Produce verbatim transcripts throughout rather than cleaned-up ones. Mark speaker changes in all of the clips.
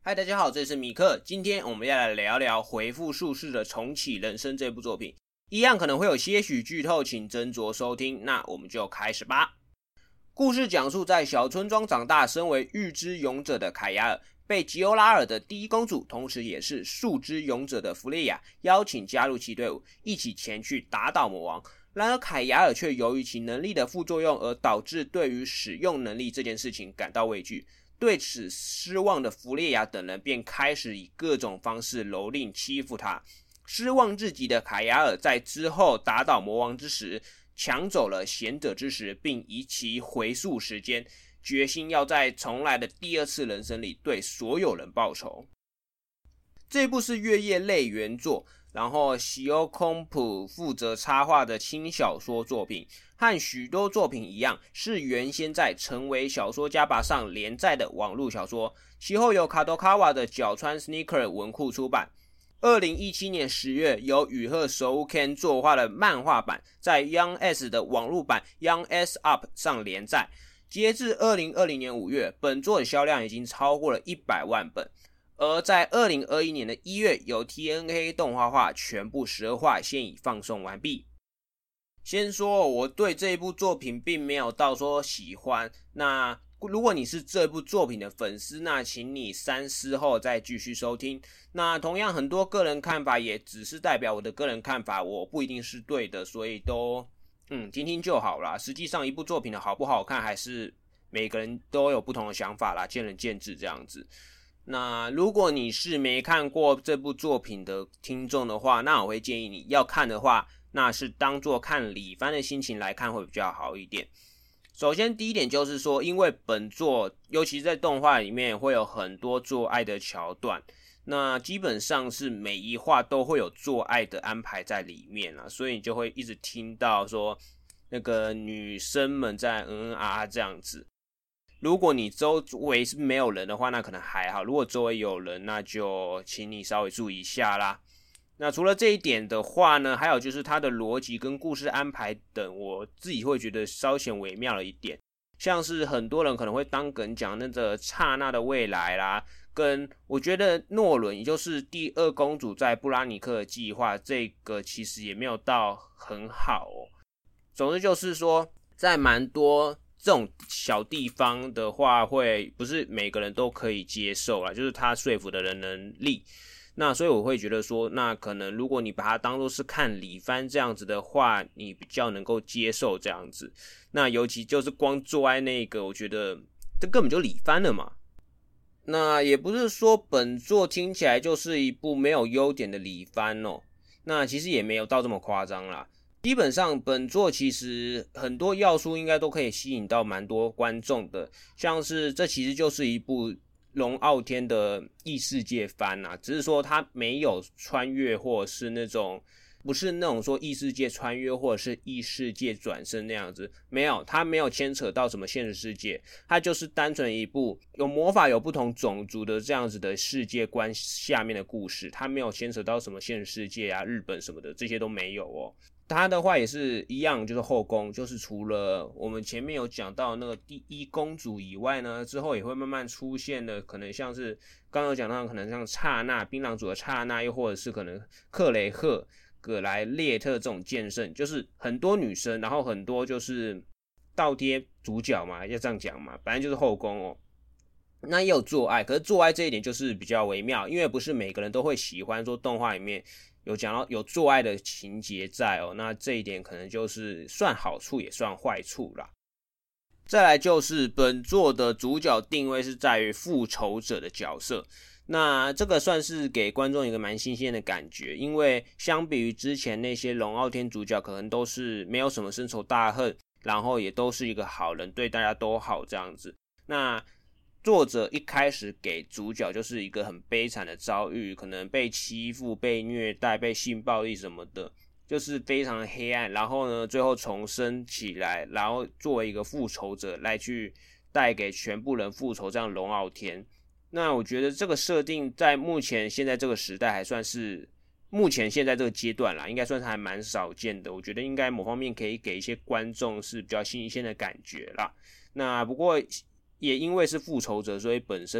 Speaker 1: 嗨，大家好，这里是米克。今天我们要来聊聊回复术士的重启人生这部作品，一样可能会有些许剧透，请斟酌收听。那我们就开始吧。故事讲述在小村庄长大，身为预知勇者的凯亚尔，被吉欧拉尔的第一公主，同时也是树之勇者的弗列亚邀请加入其队伍，一起前去打倒魔王。然而凯亚尔却由于其能力的副作用，而导致对于使用能力这件事情感到畏惧。对此失望的弗列亚等人便开始以各种方式蹂躏欺负他。失望至极的凯亚尔在之后打倒魔王之时，抢走了贤者之石，并以其回溯时间，决心要在重来的第二次人生里对所有人报仇。这部是月夜类原作，然后喜欧空普负责插画的轻小说作品，和许多作品一样，是原先在成为小说家吧上连载的网络小说，其后由卡多卡瓦的角川 Sneaker 文库出版。二零一七年十月，由宇贺守 Ken 作画的漫画版，在 Young S 的网络版 Young S Up 上连载。截至二零二零年五月，本作的销量已经超过了一百万本。而在二零二一年的一月，由 T N K 动画化，全部十二话现已放送完毕。先说我对这一部作品并没有到说喜欢，那如果你是这部作品的粉丝，那请你三思后再继续收听。那同样很多个人看法也只是代表我的个人看法，我不一定是对的，所以都嗯听听就好啦。实际上一部作品的好不好看，还是每个人都有不同的想法啦，见仁见智这样子。那如果你是没看过这部作品的听众的话，那我会建议你要看的话，那是当作看里番的心情来看会比较好一点。首先第一点就是说，因为本作尤其在动画里面会有很多做爱的桥段，那基本上是每一话都会有做爱的安排在里面啦，所以你就会一直听到说那个女生们在嗯嗯啊啊这样子。如果你周围是没有人的话，那可能还好，如果周围有人，那就请你稍微注意一下啦。那除了这一点的话呢，还有就是它的逻辑跟故事安排等，我自己会觉得稍显微妙了一点。像是很多人可能会当梗讲那个刹那的未来啦，跟我觉得诺伦也就是第二公主在布拉尼克的计划，这个其实也没有到很好哦。总之就是说，在蛮多这种小地方的话，会不是每个人都可以接受啦，就是他说服的人能力。那所以我会觉得说，那可能如果你把它当作是看里番这样子的话，你比较能够接受这样子。那尤其就是光做爱那个，我觉得这根本就里番了嘛。那也不是说本作听起来就是一部没有优点的里番哦，那其实也没有到这么夸张啦。基本上本作其实很多要素应该都可以吸引到蛮多观众的，像是这其实就是一部龙傲天的异世界番啊，只是说它没有穿越或者是那种不是那种说异世界穿越或者是异世界转生那样子，没有，它没有牵扯到什么现实世界，它就是单纯一部有魔法有不同种族的这样子的世界观下面的故事，它没有牵扯到什么现实世界啊日本什么的，这些都没有哦。他的话也是一样，就是后宫，就是除了我们前面有讲到那个第一公主以外呢，之后也会慢慢出现的，可能像是刚刚有讲到，可能像刹那槟榔族的刹那，又或者是可能克雷赫、葛莱列特这种剑圣，就是很多女生，然后很多就是倒贴主角嘛，要这样讲嘛，反正就是后宫哦。那也有做爱，可是做爱这一点就是比较微妙，因为不是每个人都会喜欢说动画里面有讲到有做爱的情节在哦，那这一点可能就是算好处也算坏处啦。再来就是本作的主角定位是在于复仇者的角色，那这个算是给观众一个蛮新鲜的感觉，因为相比于之前那些龙傲天主角可能都是没有什么深仇大恨，然后也都是一个好人，对大家都好这样子。那作者一开始给主角就是一个很悲惨的遭遇，可能被欺负、被虐待、被性暴力什么的，就是非常的黑暗。然后呢，最后重生起来，然后作为一个复仇者来去带给全部人复仇，这样龙傲天。那我觉得这个设定在目前现在这个时代还算是目前现在这个阶段啦，应该算是还蛮少见的。我觉得应该某方面可以给一些观众是比较新鲜的感觉啦。那不过也因为是复仇者，所以本身的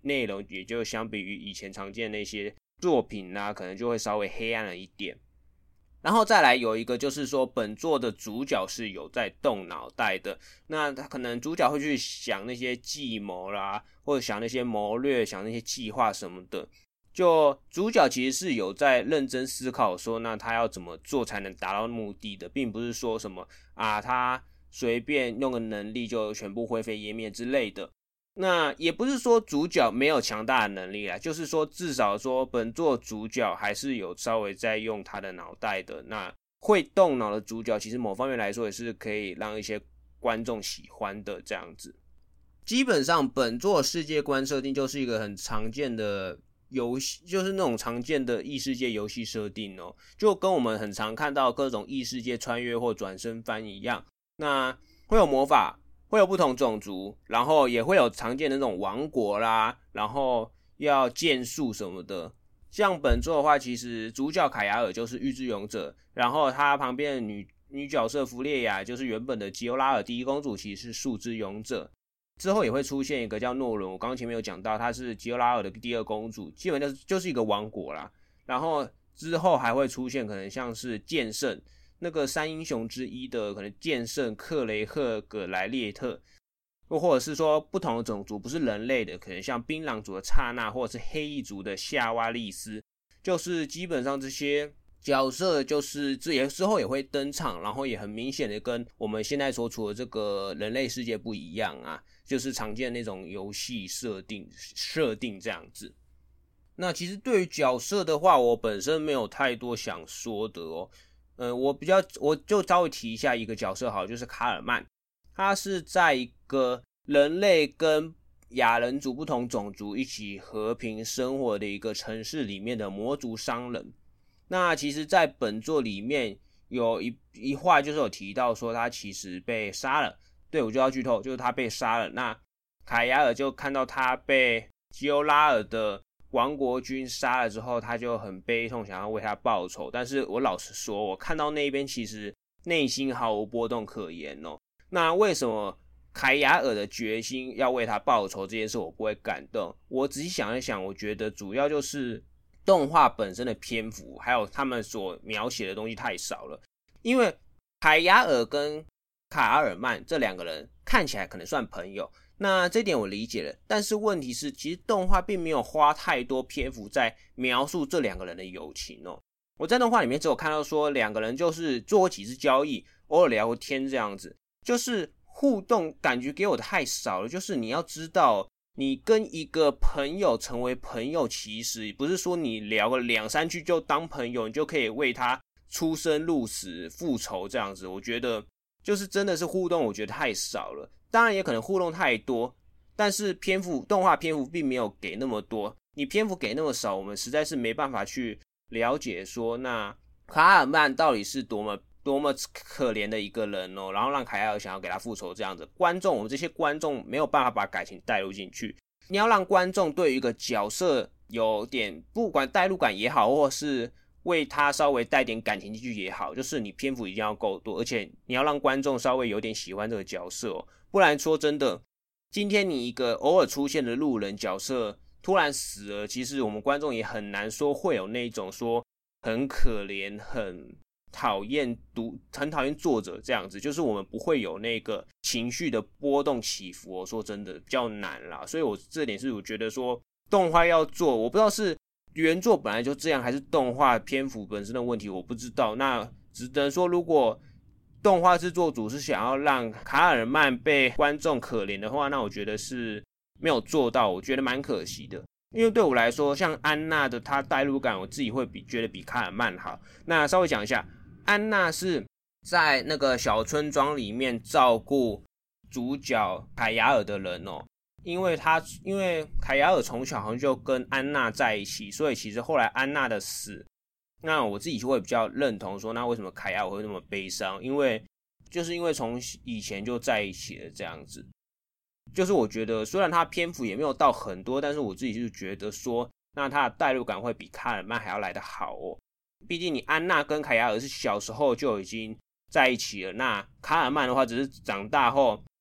Speaker 1: 内容也就相比于以前常见的那些作品啊，可能就会稍微黑暗了一点。然后再来有一个就是说，本作的主角是有在动脑袋的，那他可能主角会去想那些计谋啦，或者想那些谋略，想那些计划什么的。就主角其实是有在认真思考说，那他要怎么做才能达到目的的，并不是说什么啊他随便用个能力就全部灰飞烟灭之类的。那也不是说主角没有强大的能力啦，就是说至少说本作主角还是有稍微在用他的脑袋的。那会动脑的主角其实某方面来说也是可以让一些观众喜欢的这样子。基本上本作世界观设定就是一个很常见的游戏，就是那种常见的异世界游戏设定哦，就跟我们很常看到各种异世界穿越或转身番一样。那会有魔法，会有不同种族，然后也会有常见的那种王国啦，然后要剑术什么的。像本作的话，其实主角凯雅尔就是预知勇者，然后他旁边的女女角色弗列亚就是原本的吉欧拉尔第一公主，其实是树之勇者。之后也会出现一个叫诺伦，我刚刚前面有讲到，她是吉欧拉尔的第二公主，基本就是就是一个王国啦。然后之后还会出现可能像是剑圣，那个三英雄之一的可能剑圣克雷赫葛莱列特，又或者是说不同的种族不是人类的，可能像槟榔族的刹那，或者是黑翼族的夏瓦利斯，就是基本上这些角色就是这也之后也会登场，然后也很明显的跟我们现在所处的这个人类世界不一样啊，就是常见的那种游戏设定设定这样子。那其实对于角色的话，我本身没有太多想说的哦。呃，我比较我就稍微提一下一个角色好，就是卡尔曼，他是在一个人类跟亚人族不同种族一起和平生活的一个城市里面的魔族商人。那其实在本作里面有一一话就是有提到说他其实被杀了，对，我就要剧透，就是他被杀了。那凯雅尔就看到他被基欧拉尔的王国军杀了之后，他就很悲痛，想要为他报仇。但是我老实说，我看到那边其实内心毫无波动可言哦。那为什么凯雅尔的决心要为他报仇这件事我不会感动？我仔细想一想，我觉得主要就是动画本身的篇幅，还有他们所描写的东西太少了。因为凯雅尔跟卡尔曼这两个人看起来可能算朋友，那这点我理解了，但是问题是其实动画并没有花太多篇幅在描述这两个人的友情哦。我在动画里面只有看到说两个人就是做过几次交易，偶尔聊天这样子，就是互动感觉给我的太少了。就是你要知道，你跟一个朋友成为朋友，其实不是说你聊个两三句就当朋友，你就可以为他出生入死复仇这样子。我觉得就是真的是互动，我觉得太少了。当然也可能互动太多，但是篇幅动画篇幅并没有给那么多，你篇幅给那么少，我们实在是没办法去了解说那卡尔曼到底是多么多么可怜的一个人哦，然后让凯尔想要给他复仇这样子。观众，我们这些观众没有办法把感情带入进去。你要让观众对于一个角色有点不管代入感也好，或是为他稍微带点感情进去也好，就是你篇幅一定要够多，而且你要让观众稍微有点喜欢这个角色哦。不然说真的，今天你一个偶尔出现的路人角色突然死了，其实我们观众也很难说会有那种说很可怜、很讨厌读、很讨厌作者这样子，就是我们不会有那个情绪的波动起伏哦。说真的，比较难啦，所以我这点是我觉得说动画要做，我不知道是原作本来就这样，还是动画篇幅本身的问题，我不知道。那只能说，如果动画制作组是想要让卡尔曼被观众可怜的话，那我觉得是没有做到，我觉得蛮可惜的。因为对我来说，像安娜的她代入感，我自己会比觉得比卡尔曼好。那稍微讲一下，安娜是在那个小村庄里面照顾主角凯雅尔的人哦。因为他因为凯雅尔从小好像就跟安娜在一起，所以其实后来安娜的死，那我自己就会比较认同说，那为什么凯雅尔会那么悲伤？因为就是因为从以前就在一起了这样子。就是我觉得虽然他篇幅也没有到很多，但是我自己就觉得说，那他的代入感会比卡尔曼还要来得好哦。毕竟你安娜跟凯雅尔是小时候就已经在一起了，那卡尔曼的话只是长大后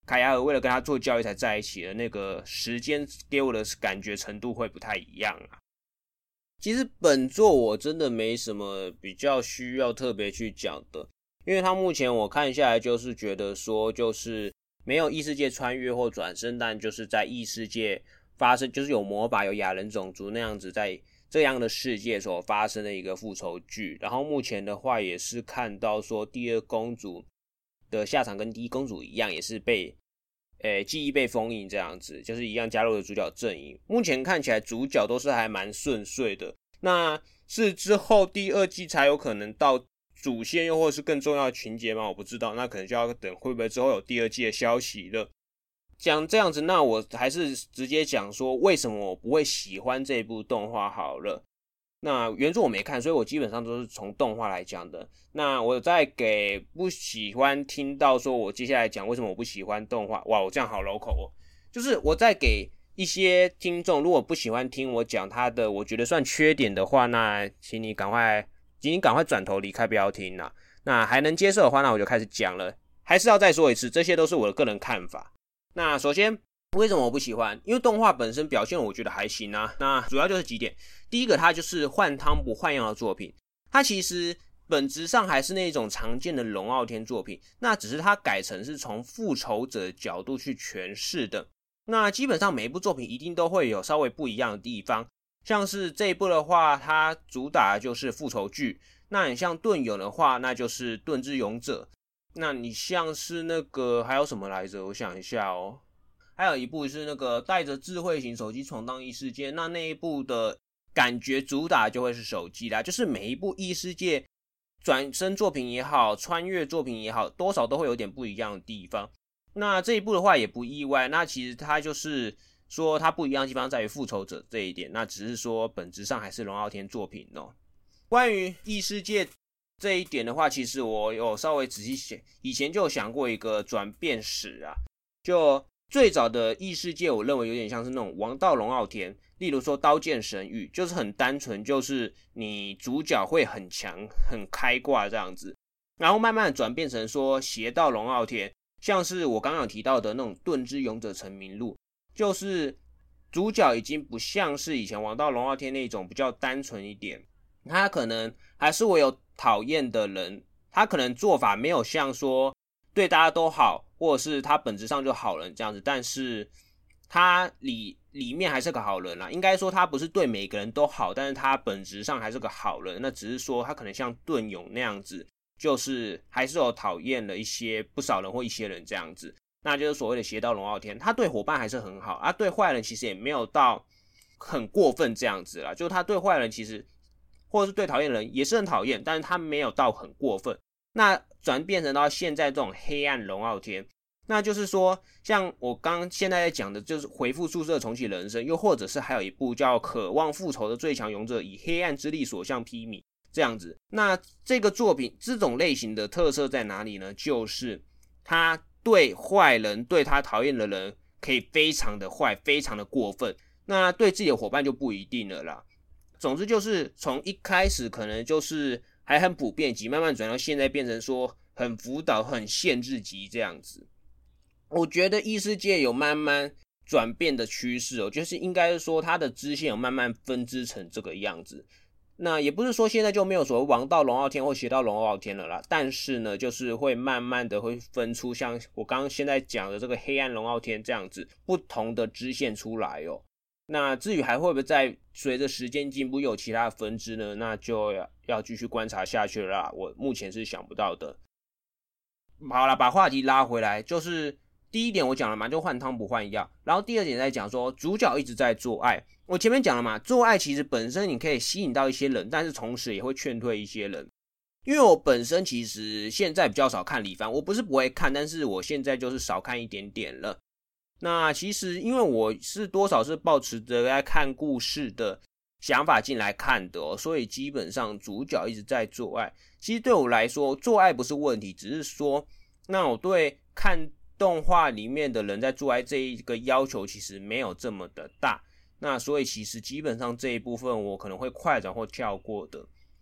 Speaker 1: 凯亚尔为了跟他做交易才在一起的，那个时间给我的感觉程度会不太一样啊。其实本作我真的没什么比较需要特别去讲的，因为他目前我看下来就是觉得说，就是没有异世界穿越或转生，但就是在异世界发生，就是有魔法有亚人种族那样子在这样的世界所发生的一个复仇剧。然后目前的话也是看到说第二公主的下场跟第一公主一样，也是被诶记忆被封印这样子，就是一样加入了主角阵营。目前看起来主角都是还蛮顺遂的，那是之后第二季才有可能到主线又或是更重要的情节吗？我不知道，那可能就要等会不会之后有第二季的消息了。讲这样子，那我还是直接讲说为什么我不会喜欢这部动画好了。那原著我没看，所以我基本上都是从动画来讲的。那我再给不喜欢听到说我接下来讲为什么我不喜欢动画，哇，我这样好 local 哦。就是我再给一些听众，如果不喜欢听我讲他的，我觉得算缺点的话，那请你赶快，请你赶快转头离开，不要听啦。那还能接受的话，那我就开始讲了。还是要再说一次，这些都是我的个人看法。那首先，为什么我不喜欢？因为动画本身表现我觉得还行啊。那主要就是几点。第一个，它就是换汤不换药的作品，它其实本质上还是那种常见的龙傲天作品，那只是它改成是从复仇者的角度去诠释的。那基本上每一部作品一定都会有稍微不一样的地方，像是这一部的话，它主打的就是复仇剧。那你像盾勇的话，那就是盾之勇者。那你像是那个还有什么来着？我想一下哦，还有一部是那个带着智慧型手机闯荡异世界，那那一部的感觉主打就会是手机啦，就是每一部异世界转生作品也好，穿越作品也好，多少都会有点不一样的地方。那这一部的话也不意外，那其实它就是说它不一样的地方在于复仇者这一点，那只是说本质上还是龙傲天作品哦。关于异世界这一点的话，其实我有稍微仔细想，以前就有想过一个转变史啊，就最早的异世界，我认为有点像是那种王道龙傲天，例如说刀剑神域，就是很单纯，就是你主角会很强、很开挂这样子，然后慢慢的转变成说邪道龙傲天，像是我刚刚有提到的那种盾之勇者成名录，就是主角已经不像是以前王道龙傲天那种比较单纯一点，他可能还是会有讨厌的人，他可能做法没有像说对大家都好，或者是他本质上就好人这样子，但是他里里面还是个好人啦。应该说他不是对每个人都好，但是他本质上还是个好人。那只是说他可能像盾勇那样子，就是还是有讨厌了一些不少人或一些人这样子。那就是所谓的邪道龙傲天，他对伙伴还是很好啊，对坏人其实也没有到很过分这样子啦。就他对坏人其实或者是对讨厌的人也是很讨厌，但是他没有到很过分。那转变成到现在这种黑暗龙傲天，那就是说像我刚刚现在在讲的就是回复宿舍重启人生，又或者是还有一部叫渴望复仇的最强勇者以黑暗之力所向披靡这样子。那这个作品这种类型的特色在哪里呢？就是他对坏人对他讨厌的人可以非常的坏，非常的过分，那对自己的伙伴就不一定了啦。总之就是从一开始可能就是还很普遍级，慢慢转到现在变成说很辅导、很限制级这样子。我觉得异世界有慢慢转变的趋势哦，就是应该说它的支线有慢慢分支成这个样子。那也不是说现在就没有所谓王道龙傲天或邪道龙傲天了啦，但是呢，就是会慢慢的会分出像我刚刚现在讲的这个黑暗龙傲天这样子不同的支线出来哦。那至于还会不会再随着时间进步有其他的分支呢？那就要要继续观察下去了啦。我目前是想不到的。好啦，把话题拉回来，就是第一点我讲了嘛，就换汤不换药。然后第二点在讲说主角一直在做爱。我前面讲了嘛，做爱其实本身你可以吸引到一些人，但是同时也会劝退一些人。因为我本身其实现在比较少看李番，我不是不会看，但是我现在就是少看一点点了。那其实因为我是多少是抱持着在看故事的想法进来看的哦，所以基本上主角一直在做爱。其实对我来说，做爱不是问题，只是说那我对看动画里面的人在做爱这一个要求其实没有这么的大。那所以其实基本上这一部分我可能会快转或跳过的。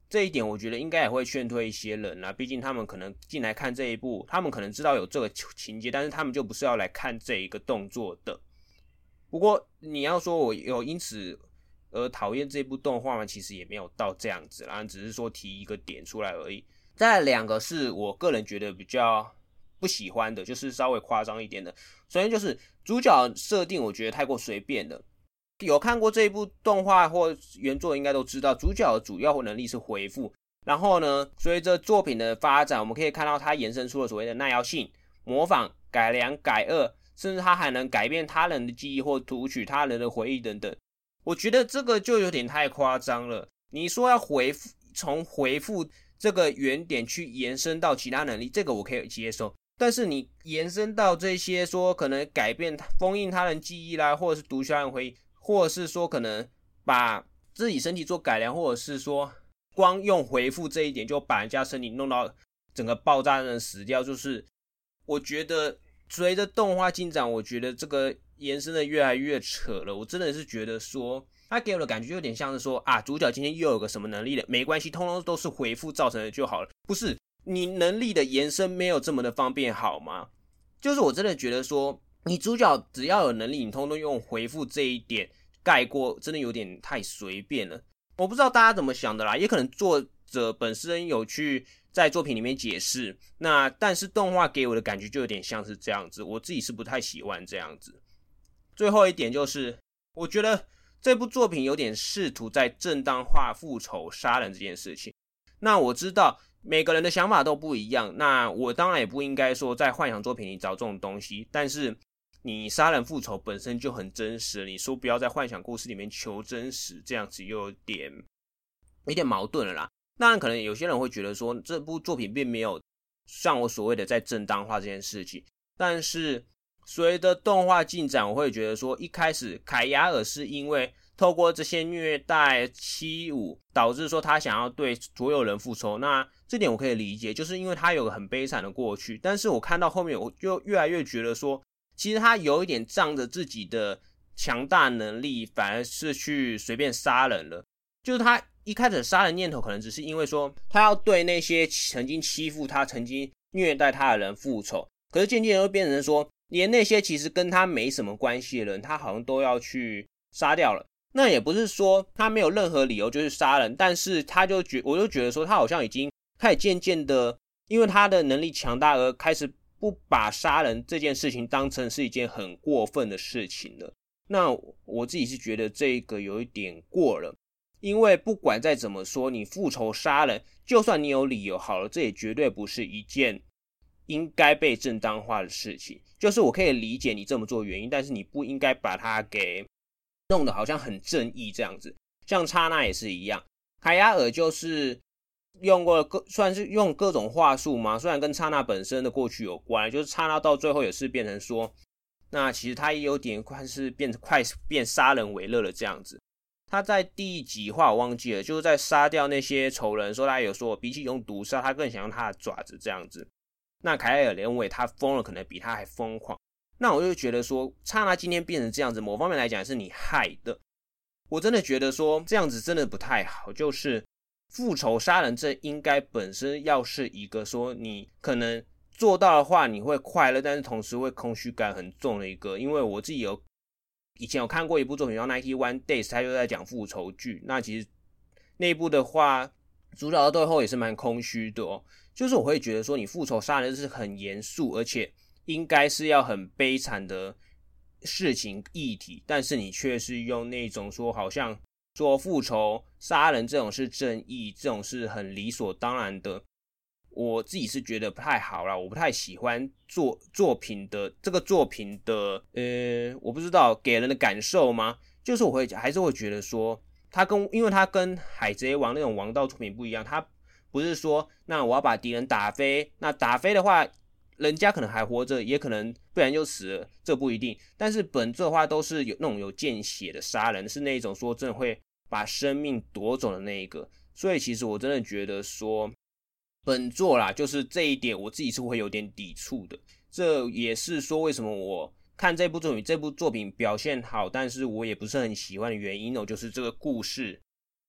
Speaker 1: 这一点我觉得应该也会劝退一些人啦，毕竟他们可能进来看这一部，他们可能知道有这个情节，但是他们就不是要来看这一个动作的。不过你要说我有因此而讨厌这部动画吗？其实也没有到这样子啦，只是说提一个点出来而已。再来两个是我个人觉得比较不喜欢的，就是稍微夸张一点的。首先就是主角设定我觉得太过随便了。有看过这一部动画或原作应该都知道，主角的主要能力是回复，然后呢随着作品的发展，我们可以看到它延伸出了所谓的耐药性、模仿、改良、改恶，甚至它还能改变他人的记忆或读取他人的回忆等等。我觉得这个就有点太夸张了。你说要回复，从回复这个原点去延伸到其他能力，这个我可以接受。但是你延伸到这些说可能改变封印他人记忆啦，或者是读取他人回忆，或者是说可能把自己身体做改良，或者是说光用回复这一点就把人家身体弄到整个爆炸人死掉，就是我觉得随着动画进展，我觉得这个延伸的越来越扯了。我真的是觉得说他给我的感觉有点像是说啊，主角今天又有个什么能力了，没关系，通通都是回复造成的就好了。不是，你能力的延伸没有这么的方便好吗？就是我真的觉得说你主角只要有能力，你通通用回复这一点盖过，真的有点太随便了。我不知道大家怎么想的啦，也可能作者本身有去在作品里面解释，那但是动画给我的感觉就有点像是这样子，我自己是不太喜欢这样子。最后一点就是我觉得这部作品有点试图在正当化复仇杀人这件事情。那我知道每个人的想法都不一样，那我当然也不应该说在幻想作品里找这种东西，但是你杀人复仇本身就很真实，你说不要在幻想故事里面求真实，这样子又有点有点矛盾了啦。当然可能有些人会觉得说这部作品并没有像我所谓的在正当化这件事情，但是随着动画进展，我会觉得说一开始凯亚尔是因为透过这些虐待欺侮导致说他想要对所有人复仇，那这点我可以理解，就是因为他有个很悲惨的过去。但是我看到后面我就越来越觉得说其实他有一点仗着自己的强大能力反而是去随便杀人了。就是他一开始杀人念头可能只是因为说他要对那些曾经欺负他曾经虐待他的人复仇，可是渐渐会变成说连那些其实跟他没什么关系的人他好像都要去杀掉了。那也不是说他没有任何理由就是杀人，但是他就觉我就觉得说他好像已经开始渐渐的因为他的能力强大而开始不把杀人这件事情当成是一件很过分的事情了。那我自己是觉得这个有一点过了，因为不管再怎么说你复仇杀人，就算你有理由好了，这也绝对不是一件应该被正当化的事情。就是我可以理解你这么做的原因，但是你不应该把它给弄得好像很正义这样子。像刹那也是一样，凯亚尔就是用过各算是用各种话术嘛，虽然跟刹那本身的过去有关，就是刹那到最后也是变成说那其实他也有点快是变快变杀人为乐了这样子。他在第几话我忘记了，就是在杀掉那些仇人的时候，他有说比起用毒杀他更想用他的爪子这样子。那凯亚尔认为他疯了可能比他还疯狂，那我就觉得说刹那今天变成这样子，某方面来讲是你害的。我真的觉得说这样子真的不太好，就是复仇杀人这应该本身要是一个说你可能做到的话你会快乐，但是同时会空虚感很重的一个。因为我自己有以前有看过一部作品叫九十一 Days， 他就在讲复仇剧，那其实那一部的话主角到最后也是蛮空虚的哦。就是我会觉得说你复仇杀人是很严肃而且应该是要很悲惨的事情议题，但是你却是用那种说好像说复仇杀人这种是正义，这种是很理所当然的。我自己是觉得不太好啦，我不太喜欢作作品的这个作品的呃，我不知道给人的感受吗？就是我会还是会觉得说他跟因为他跟海贼王那种王道作品不一样，他不是说那我要把敌人打飞，那打飞的话人家可能还活着，也可能不然就死了，这不一定。但是本作的话都是有那种有见血的杀人，是那种说真的会把生命夺走的那一个。所以其实我真的觉得说本作啦，就是这一点我自己是会有点抵触的。这也是说为什么我看这部作品这部作品表现好，但是我也不是很喜欢的原因哦，就是这个故事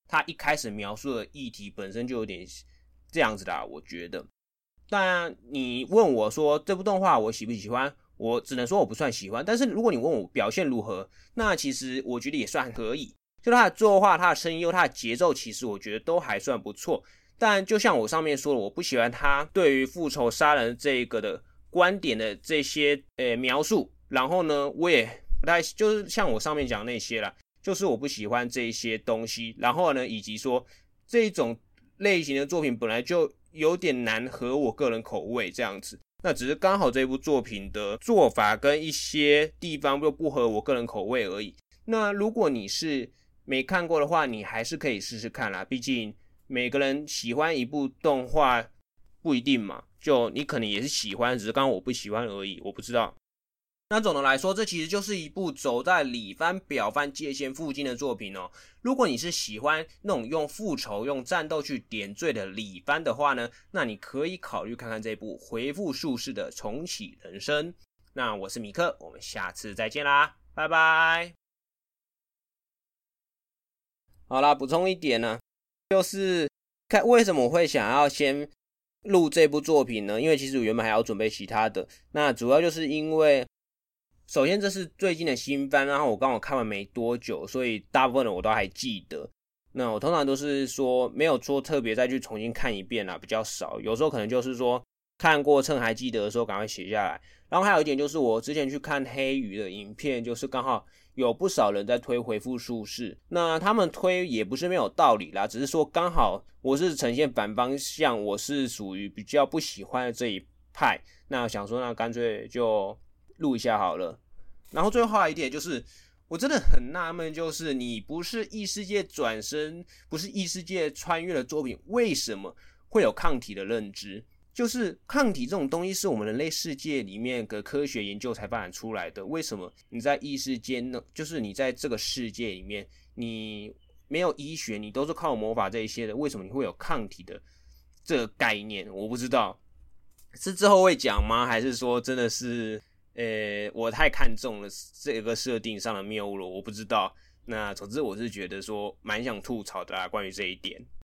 Speaker 1: 他一开始描述的议题本身就有点这样子啦，我觉得。但你问我说这部动画我喜不喜欢，我只能说我不算喜欢。但是如果你问我表现如何，那其实我觉得也算可以。就他的作画、他的声优、他的节奏，其实我觉得都还算不错。但就像我上面说的，我不喜欢他对于复仇杀人这个的观点的这些呃描述。然后呢，我也不太就是像我上面讲那些啦，就是我不喜欢这些东西。然后呢，以及说这种类型的作品本来就有点难合我个人口味这样子。那只是刚好这部作品的做法跟一些地方又不合我个人口味而已。那如果你是没看过的话，你还是可以试试看啦，毕竟每个人喜欢一部动画不一定嘛，就你可能也是喜欢，只是刚刚我不喜欢而已，我不知道。那总的来说，这其实就是一部走在里番表番界限附近的作品哦。如果你是喜欢那种用复仇、用战斗去点缀的里番的话呢，那你可以考虑看看这部回复术士的重启人生。那我是米克，我们下次再见啦，拜拜。好啦，补充一点呢，就是看为什么我会想要先录这部作品呢？因为其实我原本还要准备其他的，那主要就是因为首先这是最近的新番，然后我刚好看完没多久，所以大部分的我都还记得。那我通常都是说没有说特别再去重新看一遍啦，比较少。有时候可能就是说看过趁还记得的时候赶快写下来。然后还有一点就是我之前去看黑鱼的影片，就是刚好有不少人在推回复术士，那他们推也不是没有道理啦，只是说刚好我是呈现反方向，我是属于比较不喜欢的这一派，那想说那干脆就录一下好了。然后最后还有一点就是我真的很纳闷，就是你不是异世界转生，不是异世界穿越的作品，为什么会有抗体的认知？就是抗体这种东西是我们人类世界里面的科学研究才发展出来的，为什么你在异世界呢？就是你在这个世界里面，你没有医学，你都是靠魔法这一些的，为什么你会有抗体的这个概念？我不知道是之后会讲吗？还是说真的是呃我太看重了这个设定上的谬误了？我不知道。那总之我是觉得说蛮想吐槽的啦，关于这一点。